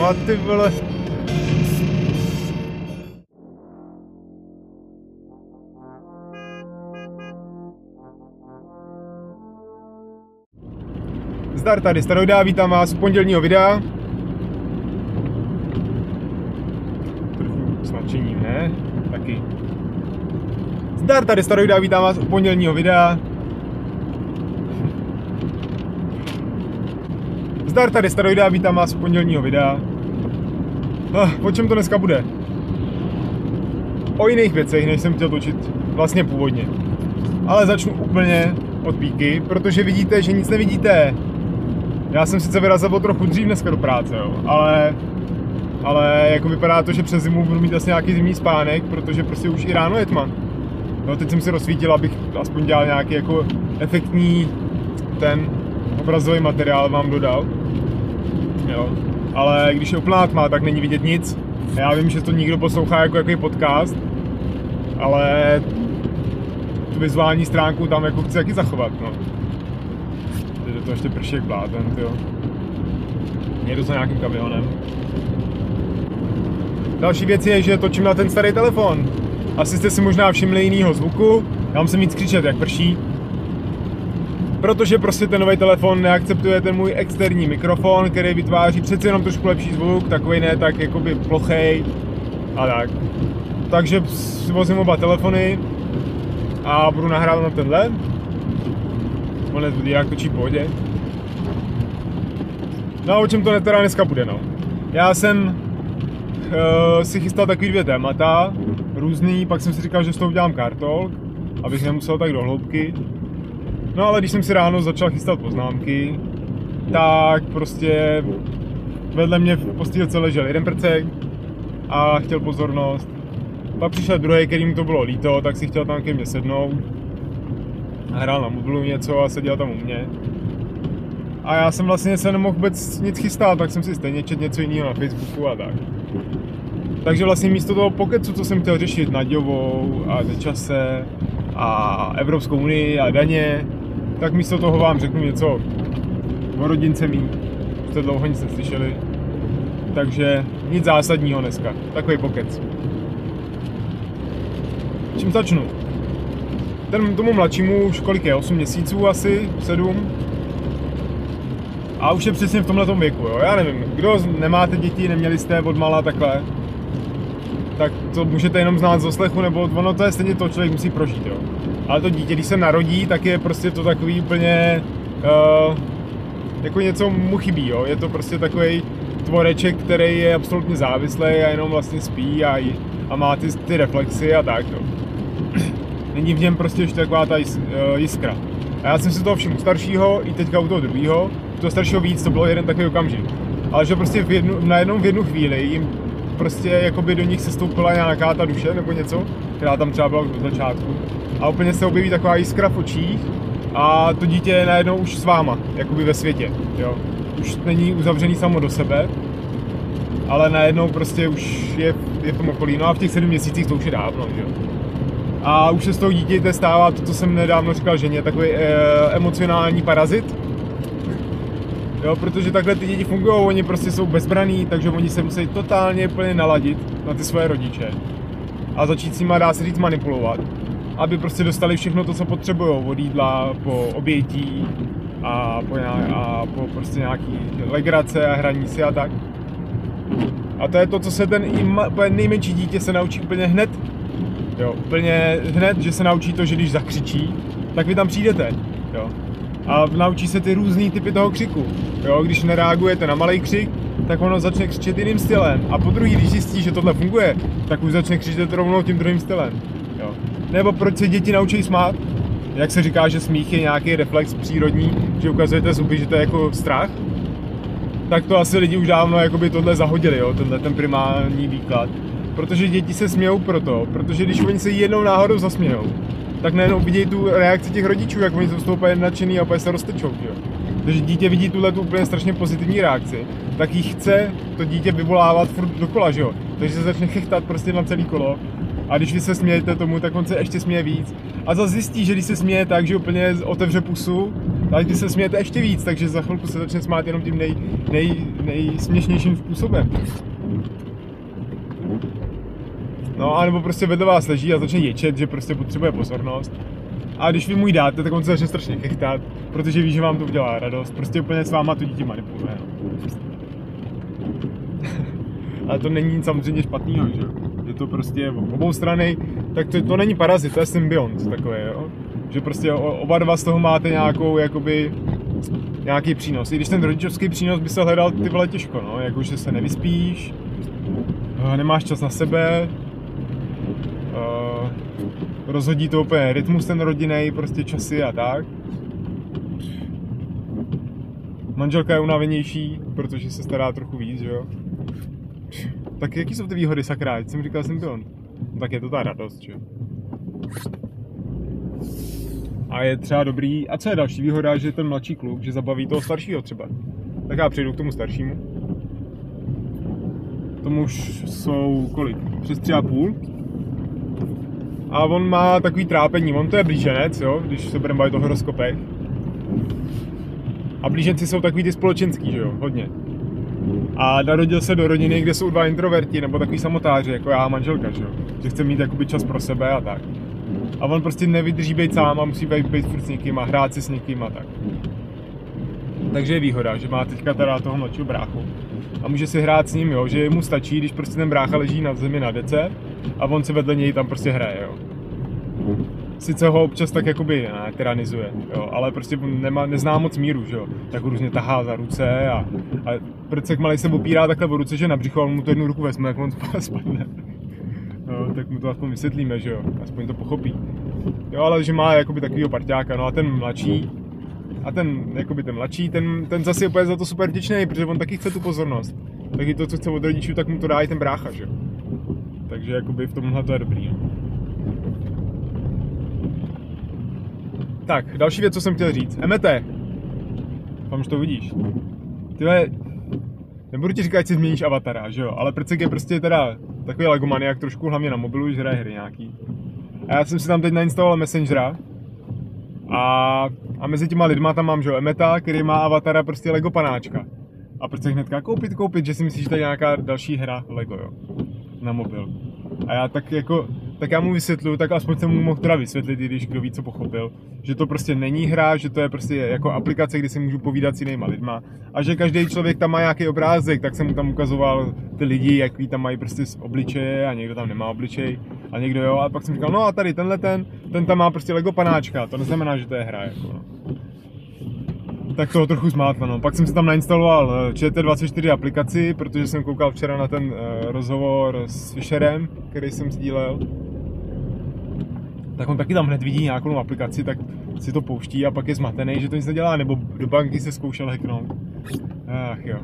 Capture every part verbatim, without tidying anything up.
kurva, ty vole. Zdar, tady Staroida, vítám vás u pondělního videa. Trochu s nadšením, ne? Taky. Zdar, tady Staroida, vítám vás u pondělního videa. Zdar, tady Staroida, vítám vás u pondělního videa. Ah, o čem to dneska bude? O jiných věcech, než jsem chtěl točit vlastně původně. Ale začnu úplně od píky, protože vidíte, že nic nevidíte. Já jsem sice vyrazil o trochu dřív dneska do práce, jo, ale, ale jako vypadá to, že přes zimu budu mít asi nějaký zimní spánek, protože prostě už i ráno je tma. No, teď jsem si rozsvítil, abych aspoň dělal nějaký jako efektní ten obrazový materiál vám dodal. Jo. Ale když je úplná tma, tak není vidět nic. Já vím, že to nikdo poslouchá jako jaký podcast, ale tu vizuální stránku tam jako chci taky zachovat, no. Teď do toho ještě prší jak blázen, tyjo. Jedu za nějakým kamionem. Další věc je, že točím na ten starý telefon. Asi jste si možná všimli jinýho zvuku. Já musím víc křičet, jak prší. Protože prostě ten nový telefon neakceptuje ten můj externí mikrofon, který vytváří přeci jenom trošku lepší zvuk, takový ne tak jakoby plochej a tak. Takže vozím oba telefony a budu nahrávat na tenhle. Konec bude, jak točí v pohodě. No a o čem to teda dneska bude, no. Já jsem uh, si chystal takový dvě témata, různý, pak jsem si říkal, že s toho udělám kartolk, abych nemusel tak do hloubky. No ale když jsem si ráno začal chystat poznámky, tak prostě vedle mě v postýlce ležel jeden prcek a chtěl pozornost. Pak přišel druhý, který mu to bylo líto, tak si chtěl tam ke mně sednout. Hrál na mobilu něco a seděl tam u mě. A já jsem vlastně se nemohl vůbec nic chystat, tak jsem si stejně četl něco jiného na Facebooku a tak. Takže vlastně místo toho pokecu, co jsem chtěl řešit Naďovou a Nečase a Evropskou unii a daně, tak místo toho vám řeknu něco o rodince mý. Už jste dlouho nic neslyšeli. Takže nic zásadního dneska, takový pokec. Čím začnu? Ten, tomu mladšímu už kolik je, osm měsíců asi, sedm. A už je přesně v tomhletom věku, jo, já nevím, kdo nemáte děti, neměli jste odmala takhle, tak to můžete jenom znát z oslechu, nebo ono to je stejně to, člověk musí prožít, jo. Ale to dítě, když se narodí, tak je prostě to takový úplně, uh, jako něco mu chybí, jo, je to prostě takový tvoreček, který je absolutně závislý a jenom vlastně spí a, a má ty, ty reflexy a tak, jo. Není v něm prostě ještě taková ta jis, uh, jiskra. A já jsem si toho všiml staršího i teďka u toho druhého. U toho staršího víc, to bylo jeden takový okamžik. Ale že prostě v jednu, najednou v jednu chvíli jim prostě jakoby do nich se stoupila nějaká ta duše nebo něco, která tam třeba byla od začátku. A úplně se objeví taková jiskra v očích a to dítě je najednou už s váma, jakoby ve světě, jo. Už není uzavřený samo do sebe, ale najednou prostě už je, je v tom okolí. No a v těch sedmi měsících to už je dávno, jo. A už se z toho dítěte stává to, co jsem nedávno říkal ženě, takový e, emocionální parazit. Jo, protože takhle ty děti fungují, oni prostě jsou bezbraný, takže oni se musí totálně úplně naladit na ty svoje rodiče. A začít s nima, dá se říct, manipulovat. Aby prostě dostali všechno to, co potřebují, od jídla, po obětí a po, nějak, a po prostě nějaký legrace a hraní si a tak. A to je to, co se ten nejmenší dítě se naučí úplně hned. Jo, úplně hned, že se naučí to, že když zakřičí, tak vy tam přijdete, jo. A naučí se ty různý typy toho křiku, jo. Když nereagujete na malej křik, tak ono začne křičet jiným stylem. A po druhý, když zjistí, že tohle funguje, tak už začne křičet rovnou tím druhým stylem, jo. Nebo proč se děti naučí smát? Jak se říká, že smích je nějaký reflex přírodní, že ukazujete zuby, že to je jako strach? Tak to asi lidi už dávno jakoby tohle zahodili, jo, tenhle ten primární výklad. Protože děti se smějou proto, protože když oni se jednou náhodou zasmějou, tak najednou vidějí tu reakci těch rodičů, jak oni jsou z toho úplně nadšený a úplně se roztečou, jo. Takže dítě vidí tuhle tu úplně strašně pozitivní reakci, tak jí chce to dítě vyvolávat furt dokola, že jo. Takže se začne chechtat prostě na celý kolo a když vy se smějete tomu, tak on se ještě směje víc. A zase zjistí, že když se směje tak, že úplně otevře pusu tak když se smějete ještě víc, takže za chvilku se začne smát jenom tím nej, nej, nejsměšnějším způsobem. No a nebo prostě vedle vás leží a začne ječet, že prostě potřebuje pozornost. A když vy mu ji dáte, tak on se začne strašně chechtat, protože ví, že vám to udělá radost. Prostě úplně s váma to dítě manipuluje. Ale to není samozřejmě špatného, že jo. Je to prostě obou strany, tak to, to není parazit, to je symbiont takový, jo. Že prostě oba dva z toho máte nějakou, jakoby, nějaký přínos. I když ten rodičovský přínos by se hledal ty vole těžko, no. Jako, že se nevyspíš, nemáš čas na sebe, rozhodí to úplně rytmus ten rodinný, prostě časy a tak. Manželka je unavenější, protože se stará trochu víc, že jo. Tak jaký jsou ty výhody, sakra? Teď jsem říkal symbiont. No, tak je to ta radost, že jo. A je třeba dobrý, a co je další výhoda, že ten mladší kluk, že zabaví toho staršího třeba. Tak já přijdu k tomu staršímu. Tomu už jsou kolik? Přes tři a půl. A on má takový trápení, on to je blíženec, jo, když se budeme bavit o horoskopech. A blíženci jsou takový ty společenský, že jo, hodně. A narodil se do rodiny, kde jsou dva introverti, nebo takový samotáři, jako já a manželka, že jo. Že chce mít jakoby čas pro sebe a tak. A on prostě nevydrží být sám a musí být, být furt s někým a hrát si s někým a tak. Takže je výhoda, že má teďka teda toho mladšího bráchu. A může si hrát s ním, jo, že mu stačí, když prostě ten brácha leží na zemi na dece a on se vedle něj tam prostě hraje, jo. Sice ho občas tak jakoby ne, tyranizuje, jo, ale prostě nemá, nezná moc míru, že jo. Tak ho různě tahá za ruce a, a prcek malej se opírá takhle o ruce, že na břicho, on mu to jednu ruku vezme, jak on spadne. No, tak mu to aspoň vysvětlíme, že jo, aspoň to pochopí. Jo, ale že má jakoby takovýho parťáka, no a ten mladší, a ten, jakoby ten mladší, ten, ten zase je úplně za to super vděčný, protože on taky chce tu pozornost. Taky to, co chce od rodičů, tak mu to dá i ten brácha, že jo. Takže jakoby v tomhle to je dobrý, no. Tak, další věc, co jsem chtěl říct. M T. Tam už to vidíš. Tyhle, nebudu ti říkat, že si změníš avatara, že jo, ale Prcek je prostě teda takový legomaniak trošku, hlavně na mobilu, že hraje hry nějaký. A já jsem si tam teď nainstaloval Messengera a, a mezi těma lidma tam mám, že jo, Emeta, který má avatara prostě Lego panáčka. A Prcek hnedka koupit, koupit, že si myslíš, že to je nějaká další hra Lego, jo, na mobil. A já tak jako, tak já mu vysvětluju, tak aspoň jsem mu mohl teda vysvětlit, i když kdo ví, co pochopil, že to prostě není hra, že to je prostě jako aplikace, kde si můžu povídat s jinýma lidma a že každý člověk tam má nějaký obrázek, tak jsem mu tam ukazoval ty lidi, jaký tam mají prostě obličeje a někdo tam nemá obličej a někdo jo, a pak jsem říkal, no a tady tenhle ten, ten tam má prostě Lego panáčka, to neznamená, že to je hra, jako no. Tak toho trochu zmátlo, no. Pak jsem si tam nainstaloval Č T dvacet čtyři aplikaci, protože jsem koukal včera na ten uh, rozhovor s Fisherem, který jsem sdílel. Tak on taky tam hned vidí nějakou aplikaci, tak si to pouští a pak je zmatený, že to nic nedělá, nebo do banky se zkoušel hacknout. Ach jo.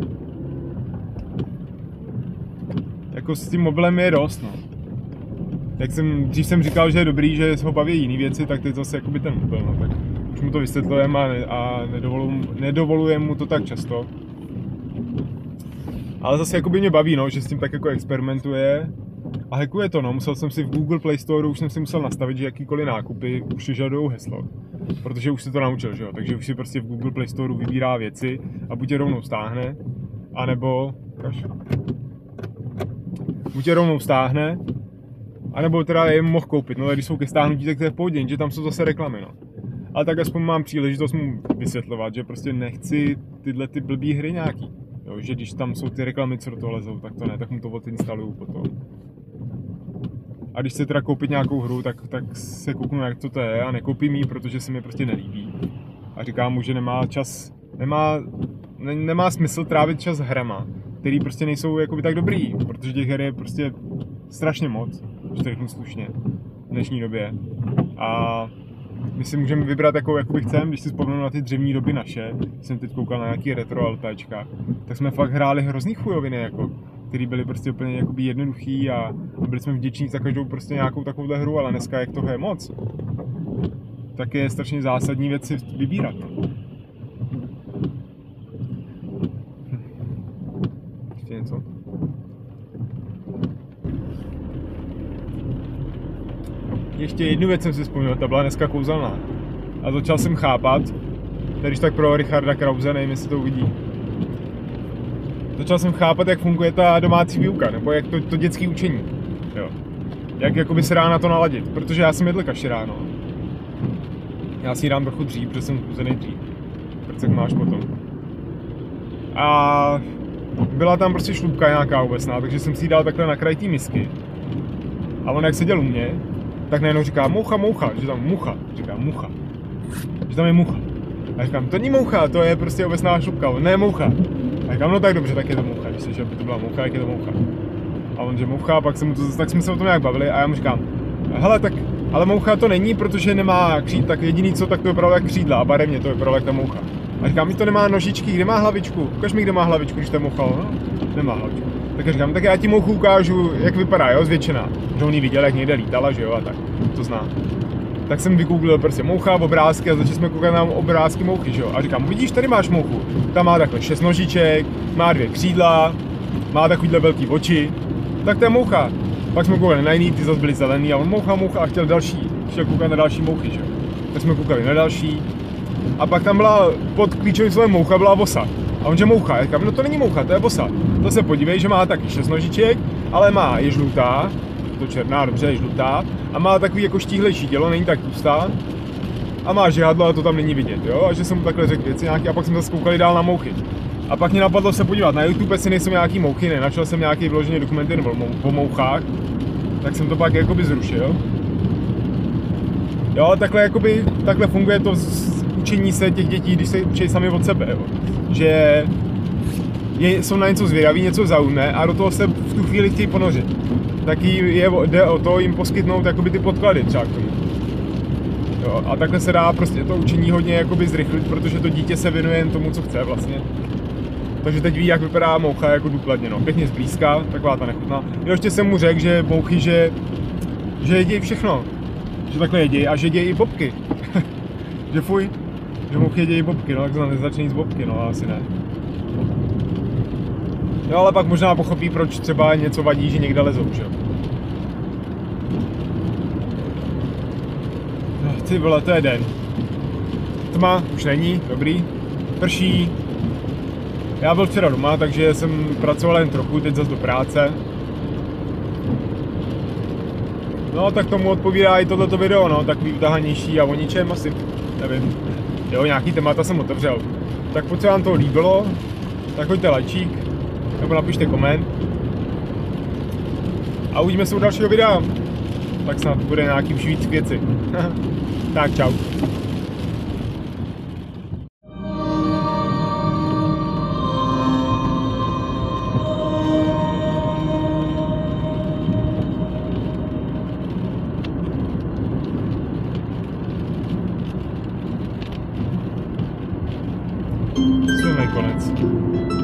Jako s tím mobilem je dost, no. Jak jsem, dřív jsem říkal, že je dobrý, že ho baví jiný věci, tak teď zase jakoby ten mobil, no, tak už mu to vysvětlujeme a, ne, a nedovolujeme mu to tak často. Ale zase jakoby mě baví, no, že s tím tak jako experimentuje a hackuje to, no. Musel jsem si v Google Play Store, už jsem si musel nastavit, že jakýkoliv nákupy už vyžadujou heslo. Protože už se to naučil, že jo, takže už si prostě v Google Play Store vybírá věci a buď je rovnou stáhne, anebo, kaž, buď je rovnou stáhne, anebo teda je mohl koupit, no ale když jsou ke stáhnutí, tak to je v pohodě, že tam jsou zase reklamy, no. Ale tak aspoň mám příležitost mu vysvětlovat, že prostě nechci tyhle ty blbý hry nějaký. Jo, že když tam jsou ty reklamy, co do toho lezou, tak to ne, tak mu to odinstaluju potom. A když chce teda koupit nějakou hru, tak, tak se kouknu, jak to, to je a nekoupím ji, protože se mi prostě nelíbí. A říkám mu, že nemá čas, nemá, ne, nemá smysl trávit čas hrama, který prostě nejsou jakoby tak dobrý, protože těch her je prostě strašně moc, že to řeknu slušně, v dnešní době. A my si můžeme vybrat, jakou jakoby chceme, když si vzpomenu na ty dřevní doby naše, jsem teď koukal na nějaký retro LPčka, tak jsme fakt hráli hrozný chujoviny, jako, který byly prostě úplně jakoby jednoduchý a, a byli jsme vděční za každou prostě nějakou takovouhle hru, ale dneska, jak toho je moc, tak je strašně zásadní věc si vybírat. No. Ještě něco? Ještě jednu věc jsem si vzpomněl, ta byla dneska kouzelná. A začal jsem chápat, když tak pro Richarda Krause, nevím, jestli to uvidí. Začal jsem chápat, jak funguje ta domácí výuka, nebo jak to, to dětské učení. Jo. Jak jakoby se dá na to naladit, protože já jsem jedl kaši ráno. Já si ji dám trochu dřív, protože jsem uzený dřív. Prcek máš potom. A byla tam prostě šlupka nějaká obecná, takže jsem si ji dal takhle na kraj té misky. A on jak seděl u mě, tak najednou říká moucha, moucha, že tam mucha, říká mucha. Že tam je mucha. A říkám, to není moucha, to je prostě obecná šlupka, ne moucha. A říkám, no tak dobře, tak je to moucha, když se, že by to byla moucha, jak je to moucha. A on, že moucha, pak jsem mu to, tak jsme se o tom nějak bavili a já mu říkám, hele, tak, ale moucha to není, protože nemá kříd, tak jediný co, tak to vypadalo jak křídla a barevně to vypadalo jak ta moucha. A říkám, mi to nemá nožičky, kde má hlavičku? Ukaž mi, kde má hlavičku, když to je moucha, no? Nemá hlavičku. Tak já říkám, tak já ti mouchu ukážu, jak vypadá, jo, zvětšená. Že on ji viděl, jak někde lítala, že jo, a tak, to zná. Tak jsem vygooglil prostě moucha, obrázky a začali jsme koukat na obrázky mouchy, že jo. A říkám, vidíš, tady máš mouchu. Ta má takhle šest nožiček, má dvě křídla, má takovýhle velký oči. Tak to je moucha. Pak jsme koukali na jiný, ty zase byly zelený a on moucha, moucha a chtěl další. Chtěl koukat na další mouchy, že jo. Tak jsme koukali na další. A pak tam byla pod klíčovým slovem moucha byla vosa. A on že moucha, já říkám, no to není moucha, to je vosa. To se podívej, že má taky šest nožiček, ale má, je žlutá, to černá, dobře, je žlutá, a má takový jako štíhlejší tělo, není tak tlustá. A má žihadlo, a to tam není vidět, jo, a že jsem mu takhle řekl věci nějaký, a pak jsme zase koukali dál na mouchy. A pak mě napadlo se podívat, na YouTube si nejsou nějaký mouchy, ne, našel jsem nějaký vložený dokumenty o mouchách, tak jsem to pak jakoby zrušil. Jo, takhle jakoby, takhle funguje to učení se těch dětí, když se učí sami od sebe, jo. Že je, jsou na něco zvědaví, něco zaujme a do toho se v tu chvíli chtějí ponořit. Taky je, jde o to jim poskytnout jakoby ty podklady třeba k tomu. Jo, a takhle se dá prostě to učení hodně jakoby zrychlit, protože to dítě se věnuje jen tomu, co chce vlastně. Takže teď ví, jak vypadá moucha jako důkladně, no. Pěkně zblízka, taková ta nechutná. Jo, ještě jsem mu řekl, že mouchy, že, že jedí všechno. Že takhle jedí a že jedí i bobky. Že fuj, že mouchy jedí i bobky, no, tak to nezačne jít z bobky, no, asi ne. Jo, ale pak možná pochopí, proč třeba něco vadí, že někde lezou, že jo. No, ty vole, to je den. Tma už není, dobrý. Prší. Já byl včera doma, takže jsem pracoval jen trochu, teď zase do práce. No, tak tomu odpovídá i tohleto video, no, takový utahanější a o ničem asi, nevím. Jo, nějaký témata jsem otevřel. Tak pokud se vám to líbilo, tak hoďte lajčík, nebo napište koment. A uvidíme se u dalšího videa. Tak snad bude nějaký už víc věci. Tak čau. Silný konec.